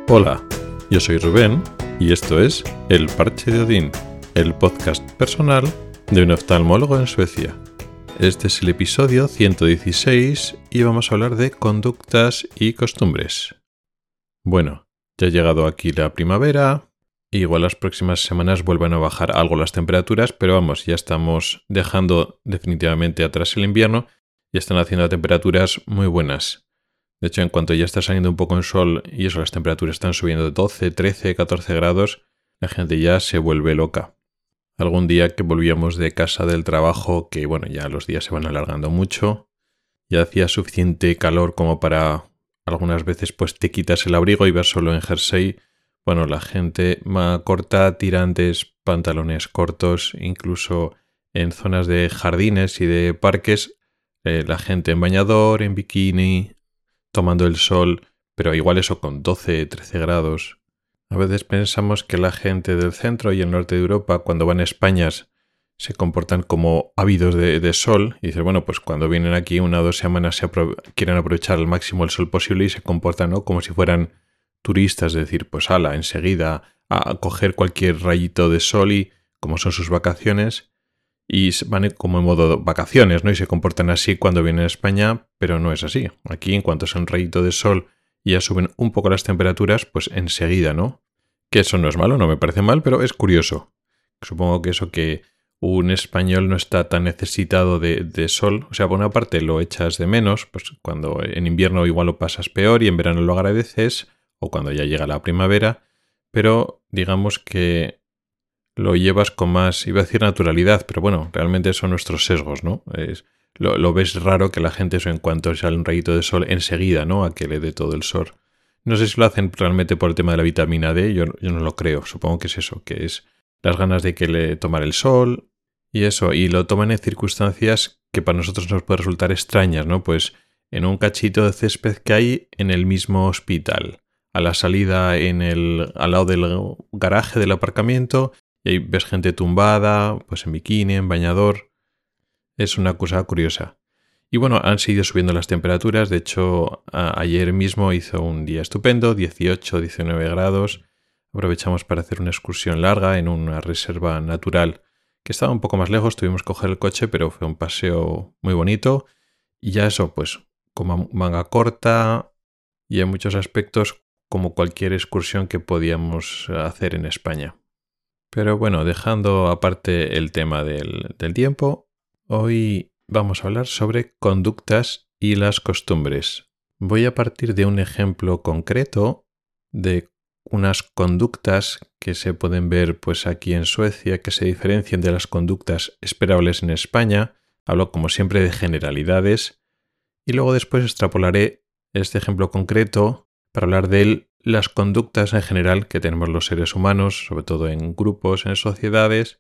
Hola, yo soy Rubén y esto es El Parche de Odín, el podcast personal de un oftalmólogo en Suecia. Este es el episodio 116 y vamos a hablar de conductas y costumbres. Bueno, ya ha llegado aquí la primavera, igual las próximas semanas vuelvan a bajar algo las temperaturas, pero vamos, ya estamos dejando definitivamente atrás el invierno y están haciendo temperaturas muy buenas. De hecho, en cuanto ya está saliendo un poco el sol y eso, las temperaturas están subiendo de 12, 13, 14 grados, la gente ya se vuelve loca. Algún día que volvíamos de casa del trabajo, que bueno, ya los días se van alargando mucho, ya hacía suficiente calor como para algunas veces pues te quitas el abrigo y vas solo en jersey. Bueno, la gente manga corta, tirantes, pantalones cortos, incluso en zonas de jardines y de parques, la gente en bañador, en bikini, tomando el sol, pero igual eso con 12, 13 grados. A veces pensamos que la gente del centro y el norte de Europa, cuando van a España, se comportan como ávidos de sol. Y dices, bueno, pues cuando vienen aquí 1 o 2 semanas quieren aprovechar al máximo el sol posible y se comportan, ¿no?, como si fueran turistas, es decir, pues ala, enseguida a coger cualquier rayito de sol y como son sus vacaciones. Y van como en modo vacaciones, ¿no? Y se comportan así cuando vienen a España, pero no es así. Aquí, en cuanto es un rayito de sol y ya suben un poco las temperaturas, pues enseguida, ¿no? Que eso no es malo, no me parece mal, pero es curioso. Supongo que eso que un español no está tan necesitado de sol, o sea, por una parte lo echas de menos, pues cuando en invierno igual lo pasas peor y en verano lo agradeces, o cuando ya llega la primavera, pero digamos que lo llevas con más, iba a decir naturalidad, pero bueno, realmente son nuestros sesgos, ¿no? Lo ves raro que la gente eso en cuanto sale un rayito de sol enseguida, ¿no?, a que le dé todo el sol. No sé si lo hacen realmente por el tema de la vitamina D, yo no lo creo, supongo que es eso, que es las ganas de que le tomar el sol y eso, y lo toman en circunstancias que para nosotros nos puede resultar extrañas, ¿no? Pues en un cachito de césped que hay en el mismo hospital, a la salida al lado del garaje del aparcamiento. Y ahí ves gente tumbada, pues en bikini, en bañador. Es una cosa curiosa. Y bueno, han seguido subiendo las temperaturas. De hecho, ayer mismo hizo un día estupendo, 18, 19 grados. Aprovechamos para hacer una excursión larga en una reserva natural que estaba un poco más lejos. Tuvimos que coger el coche, pero fue un paseo muy bonito. Y ya eso, pues, como manga corta y en muchos aspectos como cualquier excursión que podíamos hacer en España. Pero bueno, dejando aparte el tema del tiempo, hoy vamos a hablar sobre conductas y las costumbres. Voy a partir de un ejemplo concreto de unas conductas que se pueden ver pues aquí en Suecia que se diferencian de las conductas esperables en España. Hablo como siempre de generalidades y luego después extrapolaré este ejemplo concreto para hablar de las conductas en general que tenemos los seres humanos, sobre todo en grupos, en sociedades,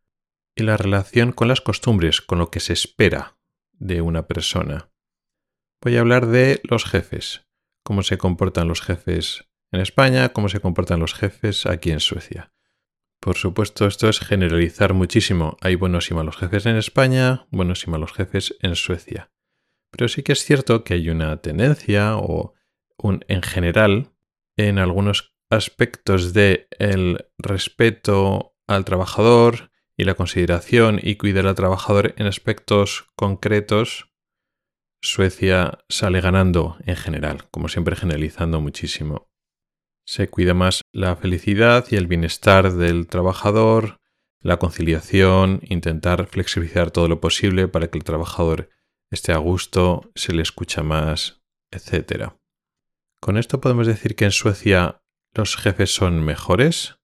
y la relación con las costumbres, con lo que se espera de una persona. Voy a hablar de los jefes, cómo se comportan los jefes en España, cómo se comportan los jefes aquí en Suecia. Por supuesto, esto es generalizar muchísimo. Hay buenos y malos jefes en España, buenos y malos jefes en Suecia. Pero sí que es cierto que hay una tendencia en general en algunos aspectos de el respeto al trabajador y la consideración y cuidar al trabajador en aspectos concretos. Suecia sale ganando en general, como siempre generalizando muchísimo. Se cuida más la felicidad y el bienestar del trabajador, la conciliación, intentar flexibilizar todo lo posible para que el trabajador esté a gusto, se le escucha más, etc. ¿Con esto podemos decir que en Suecia los jefes son mejores?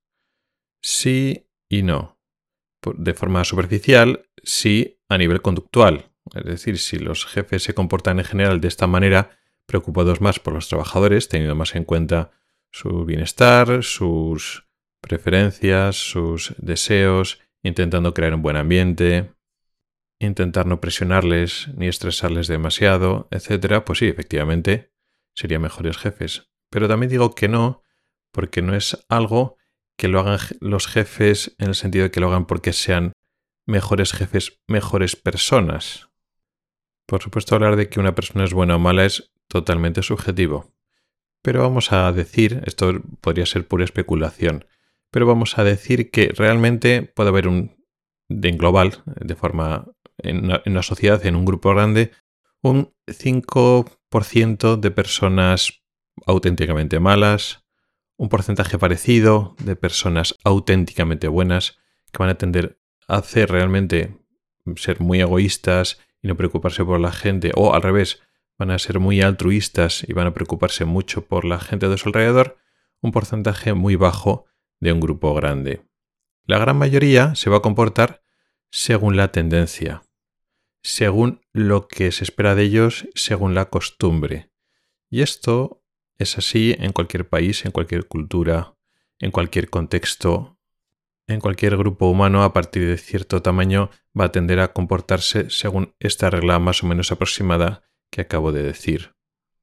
Sí y no. De forma superficial, sí a nivel conductual. Es decir, si los jefes se comportan en general de esta manera, preocupados más por los trabajadores, teniendo más en cuenta su bienestar, sus preferencias, sus deseos, intentando crear un buen ambiente, intentar no presionarles ni estresarles demasiado, etc., pues sí, efectivamente, serían mejores jefes. Pero también digo que no, porque no es algo que lo hagan los jefes en el sentido de que lo hagan porque sean mejores jefes, mejores personas. Por supuesto, hablar de que una persona es buena o mala es totalmente subjetivo. pero vamos a decir, esto podría ser pura especulación, pero vamos a decir que realmente puede haber en global, en una sociedad, en un grupo grande, un 5% de personas auténticamente malas, un porcentaje parecido de personas auténticamente buenas que van a tender a hacer realmente ser muy egoístas y no preocuparse por la gente, o al revés, van a ser muy altruistas y van a preocuparse mucho por la gente de su alrededor, un porcentaje muy bajo de un grupo grande. La gran mayoría se va a comportar según la tendencia, según lo que se espera de ellos, según la costumbre. Y esto es así en cualquier país, en cualquier cultura, en cualquier contexto. En cualquier grupo humano, a partir de cierto tamaño, va a tender a comportarse según esta regla más o menos aproximada que acabo de decir.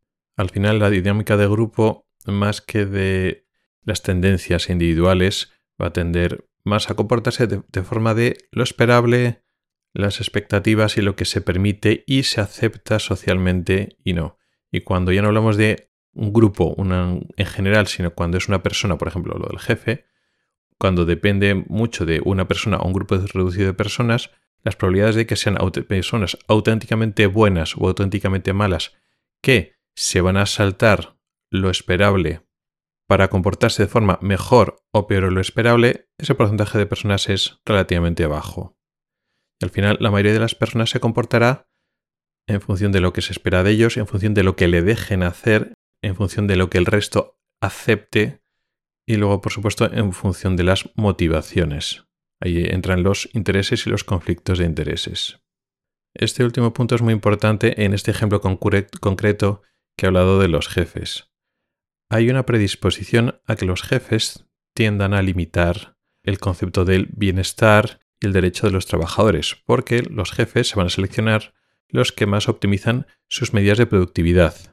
Al final, la dinámica de grupo, más que de las tendencias individuales, va a tender más a comportarse de forma de lo esperable, las expectativas y lo que se permite y se acepta socialmente y no. Y cuando ya no hablamos de un grupo en general, sino cuando es una persona, por ejemplo, lo del jefe, cuando depende mucho de una persona o un grupo reducido de personas, las probabilidades de que sean personas auténticamente buenas o auténticamente malas que se van a saltar lo esperable para comportarse de forma mejor o peor de lo esperable, ese porcentaje de personas es relativamente bajo. Y al final, la mayoría de las personas se comportará en función de lo que se espera de ellos, en función de lo que le dejen hacer, en función de lo que el resto acepte y luego, por supuesto, en función de las motivaciones. Ahí entran los intereses y los conflictos de intereses. Este último punto es muy importante en este ejemplo concreto que he hablado de los jefes. Hay una predisposición a que los jefes tiendan a limitar el concepto del bienestar y el derecho de los trabajadores, porque los jefes se van a seleccionar los que más optimizan sus medidas de productividad.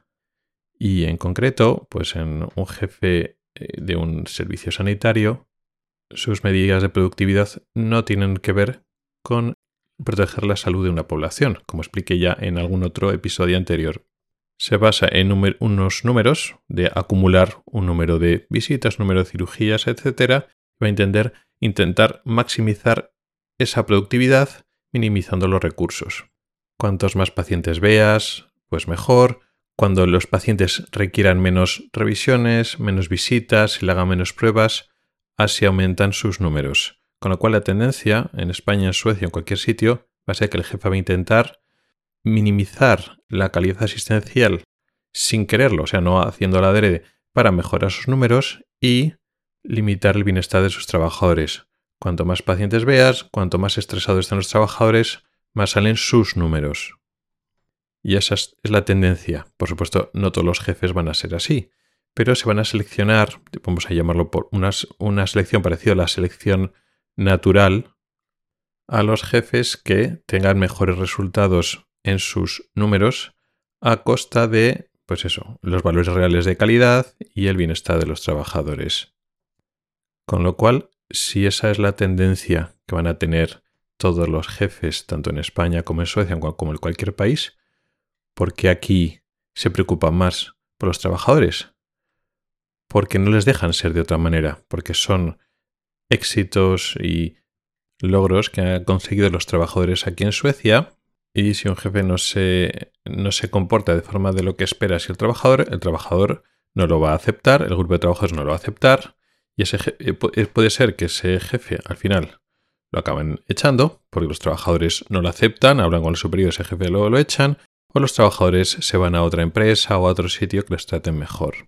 Y en concreto, pues en un jefe de un servicio sanitario, sus medidas de productividad no tienen que ver con proteger la salud de una población, como expliqué ya en algún otro episodio anterior. Se basa en unos números de acumular un número de visitas, número de cirugías, etc. Va a intentar maximizar esa productividad minimizando los recursos. Cuantos más pacientes veas, pues mejor. Cuando los pacientes requieran menos revisiones, menos visitas y le hagan menos pruebas, así aumentan sus números. Con lo cual la tendencia en España, en Suecia, en cualquier sitio, va a ser que el jefe va a intentar minimizar la calidad asistencial sin quererlo, o sea, no haciéndolo adrede, para mejorar sus números y limitar el bienestar de sus trabajadores. Cuanto más pacientes veas, cuanto más estresados están los trabajadores, más salen sus números. Y esa es la tendencia. Por supuesto, no todos los jefes van a ser así, pero se van a seleccionar, vamos a llamarlo por una selección parecida a la selección natural, a los jefes que tengan mejores resultados en sus números a costa de, pues eso, los valores reales de calidad y el bienestar de los trabajadores. Con lo cual, si esa es la tendencia que van a tener todos los jefes, tanto en España como en Suecia, como en cualquier país, ¿por qué aquí se preocupan más por los trabajadores? Porque no les dejan ser de otra manera, porque son éxitos y logros que han conseguido los trabajadores aquí en Suecia, y si un jefe no se comporta de forma de lo que espera si el trabajador no lo va a aceptar, el grupo de trabajadores no lo va a aceptar, y puede ser que ese jefe al final lo acaben echando, porque los trabajadores no lo aceptan, hablan con el superior, ese jefe luego lo echan, o los trabajadores se van a otra empresa o a otro sitio que les traten mejor.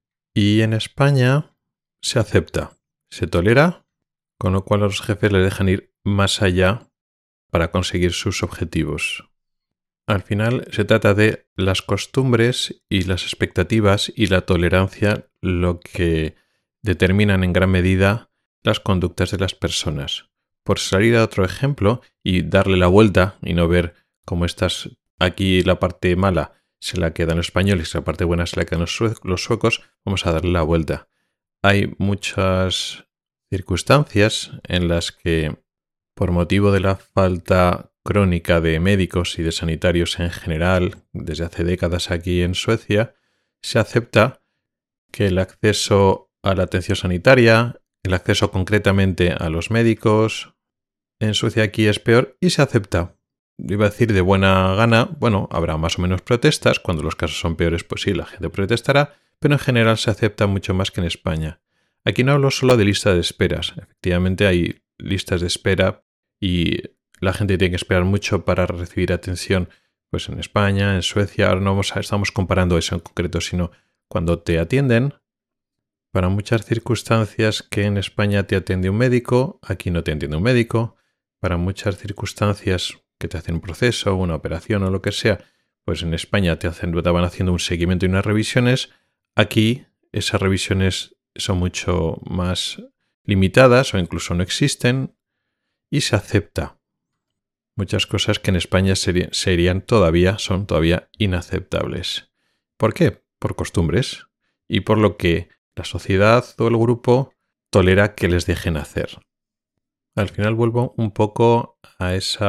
Y en España se acepta, se tolera, con lo cual a los jefes les dejan ir más allá para conseguir sus objetivos. Al final se trata de las costumbres y las expectativas y la tolerancia lo que determinan en gran medida las conductas de las personas. Por salir a otro ejemplo y darle la vuelta y no ver cómo aquí la parte mala se la quedan los españoles y la parte buena se la quedan los suecos, vamos a darle la vuelta. Hay muchas circunstancias en las que, por motivo de la falta crónica de médicos y de sanitarios en general, desde hace décadas aquí en Suecia, se acepta que el acceso a la atención sanitaria, el acceso concretamente a los médicos, en Suecia aquí es peor y se acepta. Iba a decir de buena gana, bueno, habrá más o menos protestas, cuando los casos son peores pues sí, la gente protestará, pero en general se acepta mucho más que en España. Aquí no hablo solo de lista de esperas, efectivamente hay listas de espera y la gente tiene que esperar mucho para recibir atención pues en España, en Suecia, ahora no estamos comparando eso en concreto, sino cuando te atienden, para muchas circunstancias que en España te atiende un médico, aquí no te atiende un médico, para muchas circunstancias que te hacen un proceso, una operación o lo que sea, pues en España te van haciendo un seguimiento y unas revisiones, aquí esas revisiones son mucho más limitadas o incluso no existen y se acepta. Muchas cosas que en España son todavía inaceptables. ¿Por qué? Por costumbres y por lo que la sociedad o el grupo tolera que les dejen hacer. Al final vuelvo un poco a ese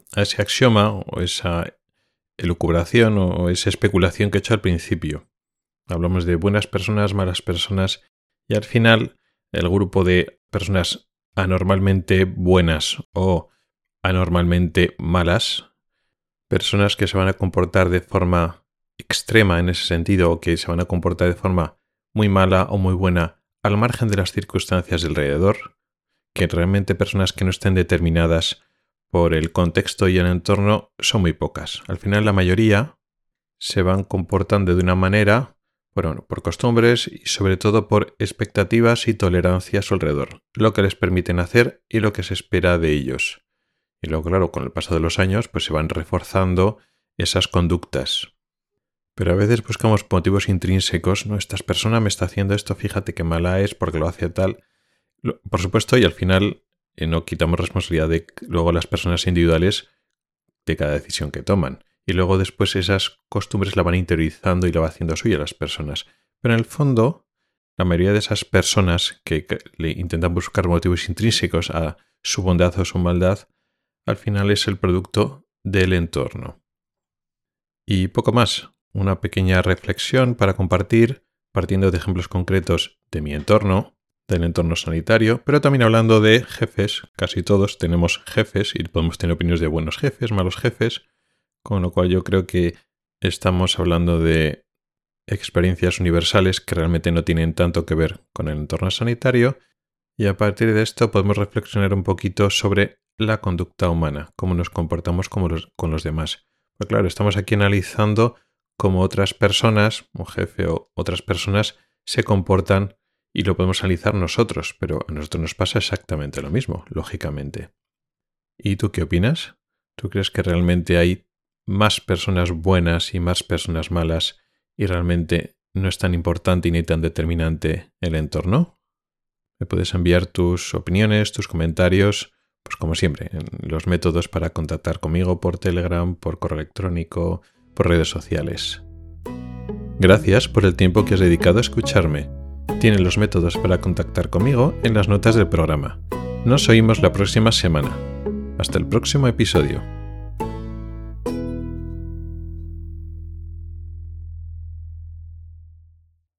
axioma o esa elucubración o esa especulación que he hecho al principio. Hablamos de buenas personas, malas personas y al final el grupo de personas anormalmente buenas o anormalmente malas, personas que se van a comportar de forma extrema en ese sentido o que se van a comportar de forma muy mala o muy buena al margen de las circunstancias de alrededor, que realmente personas que no estén determinadas por el contexto y el entorno son muy pocas. Al final la mayoría se van comportando de una manera, bueno, por costumbres y sobre todo por expectativas y tolerancia a su alrededor, lo que les permiten hacer y lo que se espera de ellos. Y luego, claro, con el paso de los años, pues se van reforzando esas conductas. Pero a veces buscamos motivos intrínsecos, ¿no? Esta persona me está haciendo esto, fíjate qué mala es porque lo hace tal. Por supuesto, y al final no quitamos responsabilidad de luego las personas individuales de cada decisión que toman. Y luego después esas costumbres la van interiorizando y la va haciendo suya las personas. Pero en el fondo, la mayoría de esas personas que le intentan buscar motivos intrínsecos a su bondad o su maldad, al final es el producto del entorno. Y poco más, una pequeña reflexión para compartir, partiendo de ejemplos concretos de mi entorno, del entorno sanitario, pero también hablando de jefes. Casi todos tenemos jefes y podemos tener opiniones de buenos jefes, malos jefes, con lo cual yo creo que estamos hablando de experiencias universales que realmente no tienen tanto que ver con el entorno sanitario y a partir de esto podemos reflexionar un poquito sobre la conducta humana, cómo nos comportamos con los demás. Pues claro, estamos aquí analizando cómo otras personas, un jefe o otras personas, se comportan y lo podemos analizar nosotros, pero a nosotros nos pasa exactamente lo mismo, lógicamente. ¿Y tú qué opinas? ¿Tú crees que realmente hay más personas buenas y más personas malas y realmente no es tan importante ni tan determinante el entorno? Me puedes enviar tus opiniones, tus comentarios, pues como siempre, en los métodos para contactar conmigo por Telegram, por correo electrónico, por redes sociales. Gracias por el tiempo que has dedicado a escucharme. Tienes los métodos para contactar conmigo en las notas del programa. Nos oímos la próxima semana. Hasta el próximo episodio.